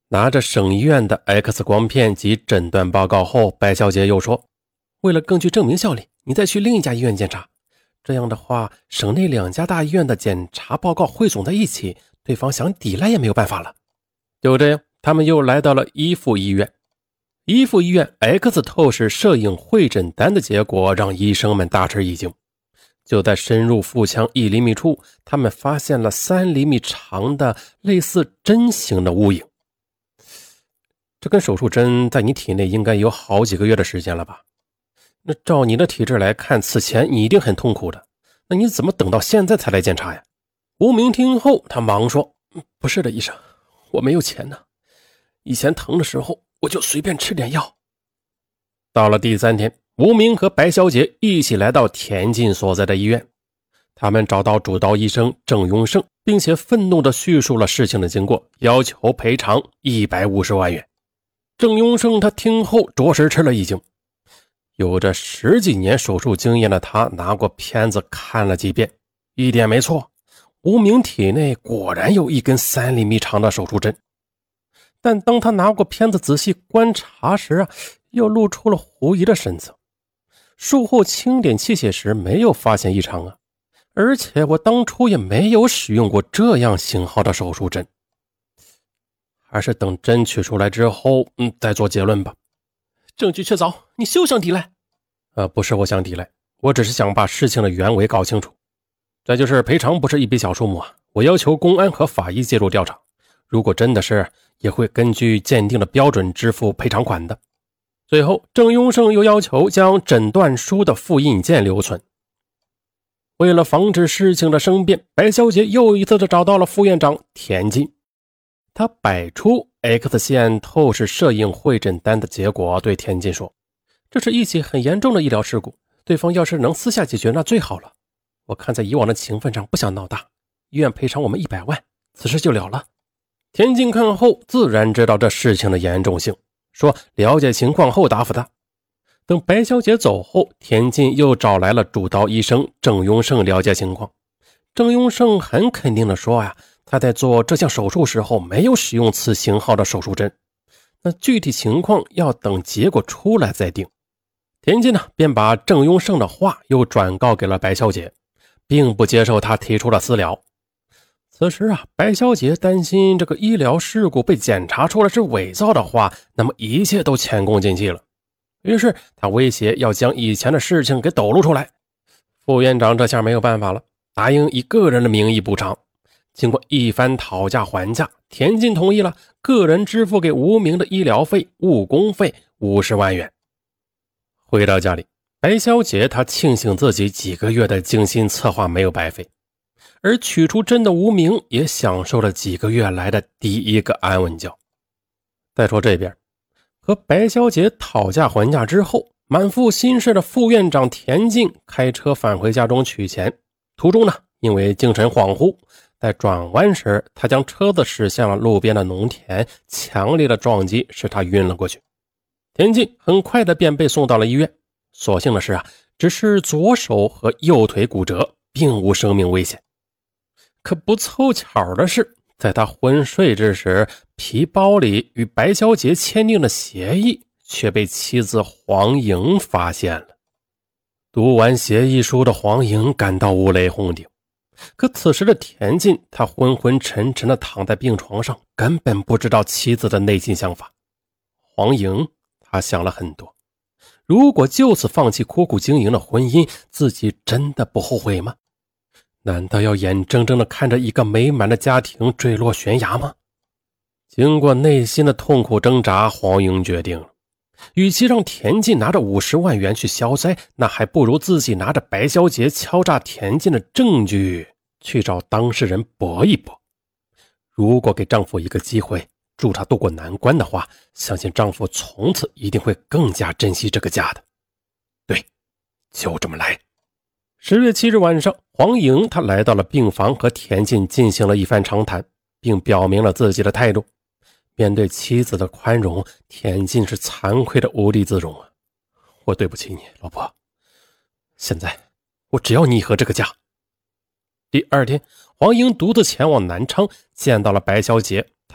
拿着省医院的 X 光片及诊断报告后，白小姐又说，为了更具证明效力，你再去另一家医院检查。这样的话，省内2家大医院的检查报告汇总在一起，对方想抵赖也没有办法了。就这样，他们又来到了一附医院。一附医院 X 透视摄影会诊单的结果让医生们大吃一惊。就在深入腹腔1厘米处，他们发现了3厘米长的类似针形的污影。这根手术针在你体内应该有好几个月的时间了吧？那照你的体质来看，此前你一定很痛苦的，那你怎么等到现在才来检查呀？吴明听后，他忙说，不是的，医生，我没有钱呢，以前疼的时候我就随便吃点药。到了第3天，吴明和白小姐一起来到田进所在的医院，他们找到主刀医生郑永胜，并且愤怒地叙述了事情的经过，要求赔偿150万元。郑永胜他听后着实吃了一惊，有着10几年手术经验的他拿过片子看了几遍，一点没错，吴明体内果然有一根3厘米长的手术针。但当他拿过片子仔细观察时又露出了狐疑的神色。术后清点器械时没有发现异常而且我当初也没有使用过这样型号的手术针。还是等针取出来之后再做结论吧。证据确凿，你休想抵赖。不是我想抵赖，我只是想把事情的原委搞清楚。再就是赔偿不是一笔小数目我要求公安和法医介入调查，如果真的是，也会根据鉴定的标准支付赔偿款的。最后，郑永胜又要求将诊断书的复印件留存。为了防止事情的生变，白小姐又一次的找到了副院长田进。他摆出 X 线透视摄影会诊单的结果，对田进说，这是一起很严重的医疗事故，对方要是能私下解决那最好了。我看在以往的情分上不想闹大，医院赔偿我们100万，此事就了了。田进看后自然知道这事情的严重性，说了解情况后答复他。等白小姐走后，田进又找来了主刀医生郑永胜了解情况。郑永胜很肯定地说他在做这项手术时候没有使用此型号的手术针，那具体情况要等结果出来再定。田进便把郑永胜的话又转告给了白小姐，并不接受他提出了私了。此时白小姐担心这个医疗事故被检查出来是伪造的话，那么一切都前功尽弃了。于是她威胁要将以前的事情给抖露出来。副院长这下没有办法了，答应以个人的名义补偿。经过一番讨价还价，田进同意了个人支付给吴明的医疗费、误工费50万元。回到家里，白小姐她庆幸自己几个月的精心策划没有白费，而取出针的吴明也享受了几个月来的第一个安稳觉。再说这边，和白小姐讨价还价之后，满腹心事的副院长田进开车返回家中取钱，途中因为精神恍惚，在转弯时他将车子驶向了路边的农田，强烈的撞击使他晕了过去。田进很快的便被送到了医院，所幸的是只是左手和右腿骨折，并无生命危险。可不凑巧的是，在他昏睡之时，皮包里与白小姐签订的协议却被妻子黄莹发现了。读完协议书的黄莹感到五雷轰顶，可此时的田进他昏昏沉沉地躺在病床上，根本不知道妻子的内心想法。黄莹他想了很多，如果就此放弃苦苦经营的婚姻，自己真的不后悔吗？难道要眼睁睁地看着一个美满的家庭坠落悬崖吗？经过内心的痛苦挣扎，黄莹决定了，与其让田进拿着50万元去消灾，那还不如自己拿着白小姐敲诈田进的证据去找当事人搏一搏。如果给丈夫一个机会，助他渡过难关的话，相信丈夫从此一定会更加珍惜这个家的。对，就这么来。10月7日晚上，黄莹她来到了病房，和田进进行了一番长谈，并表明了自己的态度。面对妻子的宽容，田进是惭愧的无地自容我对不起你，老婆。现在我只要你和这个家。第2天，黄莹独自前往南昌，见到了白小姐，她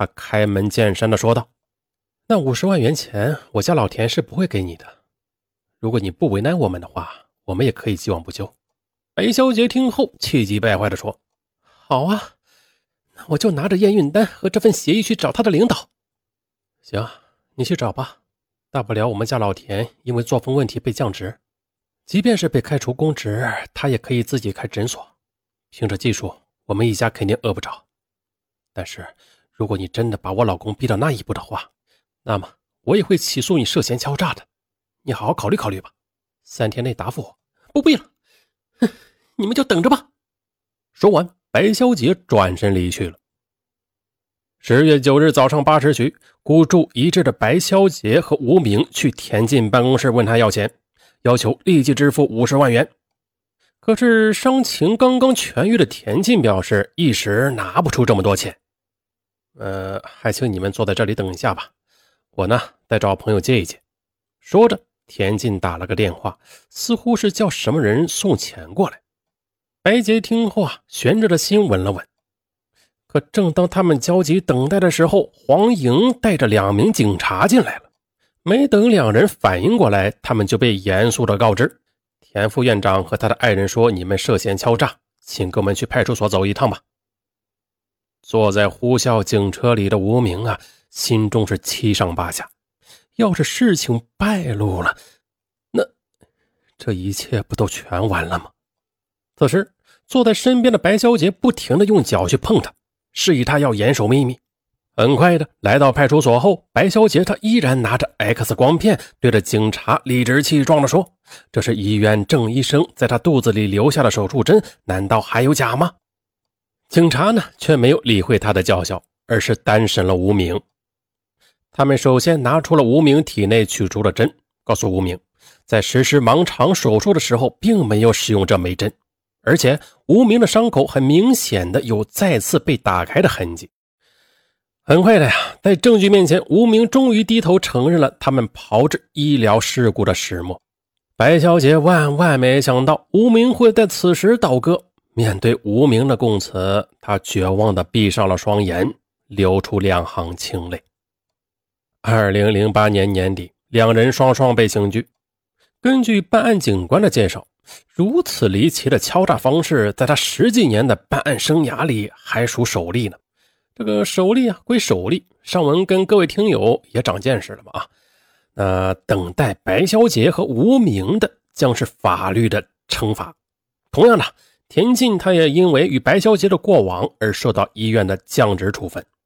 他开门见山地说道：那50万元钱我家老田是不会给你的，如果你不为难我们的话，我们也可以既往不咎。白小姐听后气急败坏地说：好啊，那我就拿着验孕单和这份协议去找他的领导。行，你去找吧，大不了我们家老田因为作风问题被降职，即便是被开除公职，他也可以自己开诊所，凭着技术我们一家肯定饿不着。但是如果你真的把我老公逼到那一步的话，那么我也会起诉你涉嫌敲诈的，你好好考虑考虑吧，3天内答复我。不必了，哼，你们就等着吧。说完，白小姐转身离去了。10月9日早上8时许，孤注一掷的白小姐和吴明去田进办公室问他要钱，要求立即支付50万元。可是伤情刚刚痊愈的田进表示一时拿不出这么多钱。还请你们坐在这里等一下吧，我呢再找朋友借一借。说着，田进打了个电话，似乎是叫什么人送钱过来。白洁听后悬着的心稳了稳。可正当他们焦急等待的时候，黄莹带着2名警察进来了。没等2人反应过来，他们就被严肃地告知，田副院长和他的爱人说你们涉嫌敲诈，请跟我们去派出所走一趟吧。坐在呼啸警车里的吴明心中是七上八下。要是事情败露了，那这一切不都全完了吗？此时坐在身边的白小姐不停地用脚去碰他，示意他要严守秘密。很快的来到派出所后，白小姐她依然拿着 X 光片对着警察理直气壮地说，这是医院郑医生在她肚子里留下的手术针，难道还有假吗？警察呢却没有理会他的叫嚣，而是单审了吴明。他们首先拿出了吴明体内取出的针，告诉吴明在实施盲肠手术的时候并没有使用这枚针，而且吴明的伤口很明显的有再次被打开的痕迹。很快的在证据面前，吴明终于低头承认了他们炮制医疗事故的始末。白小姐万万没想到吴明会在此时倒戈，面对吴明的供词，她绝望地闭上了双眼，流出2行清泪。2008年年底，2人双双被刑拘。根据办案警官的介绍，如此离奇的敲诈方式在他10几年的办案生涯里还属首例呢。这个首例归首例，上文跟各位听友也长见识了吧那等待白小姐和吴明的将是法律的惩罚。同样的，田进他也因为与白小姐的过往而受到医院的降职处分。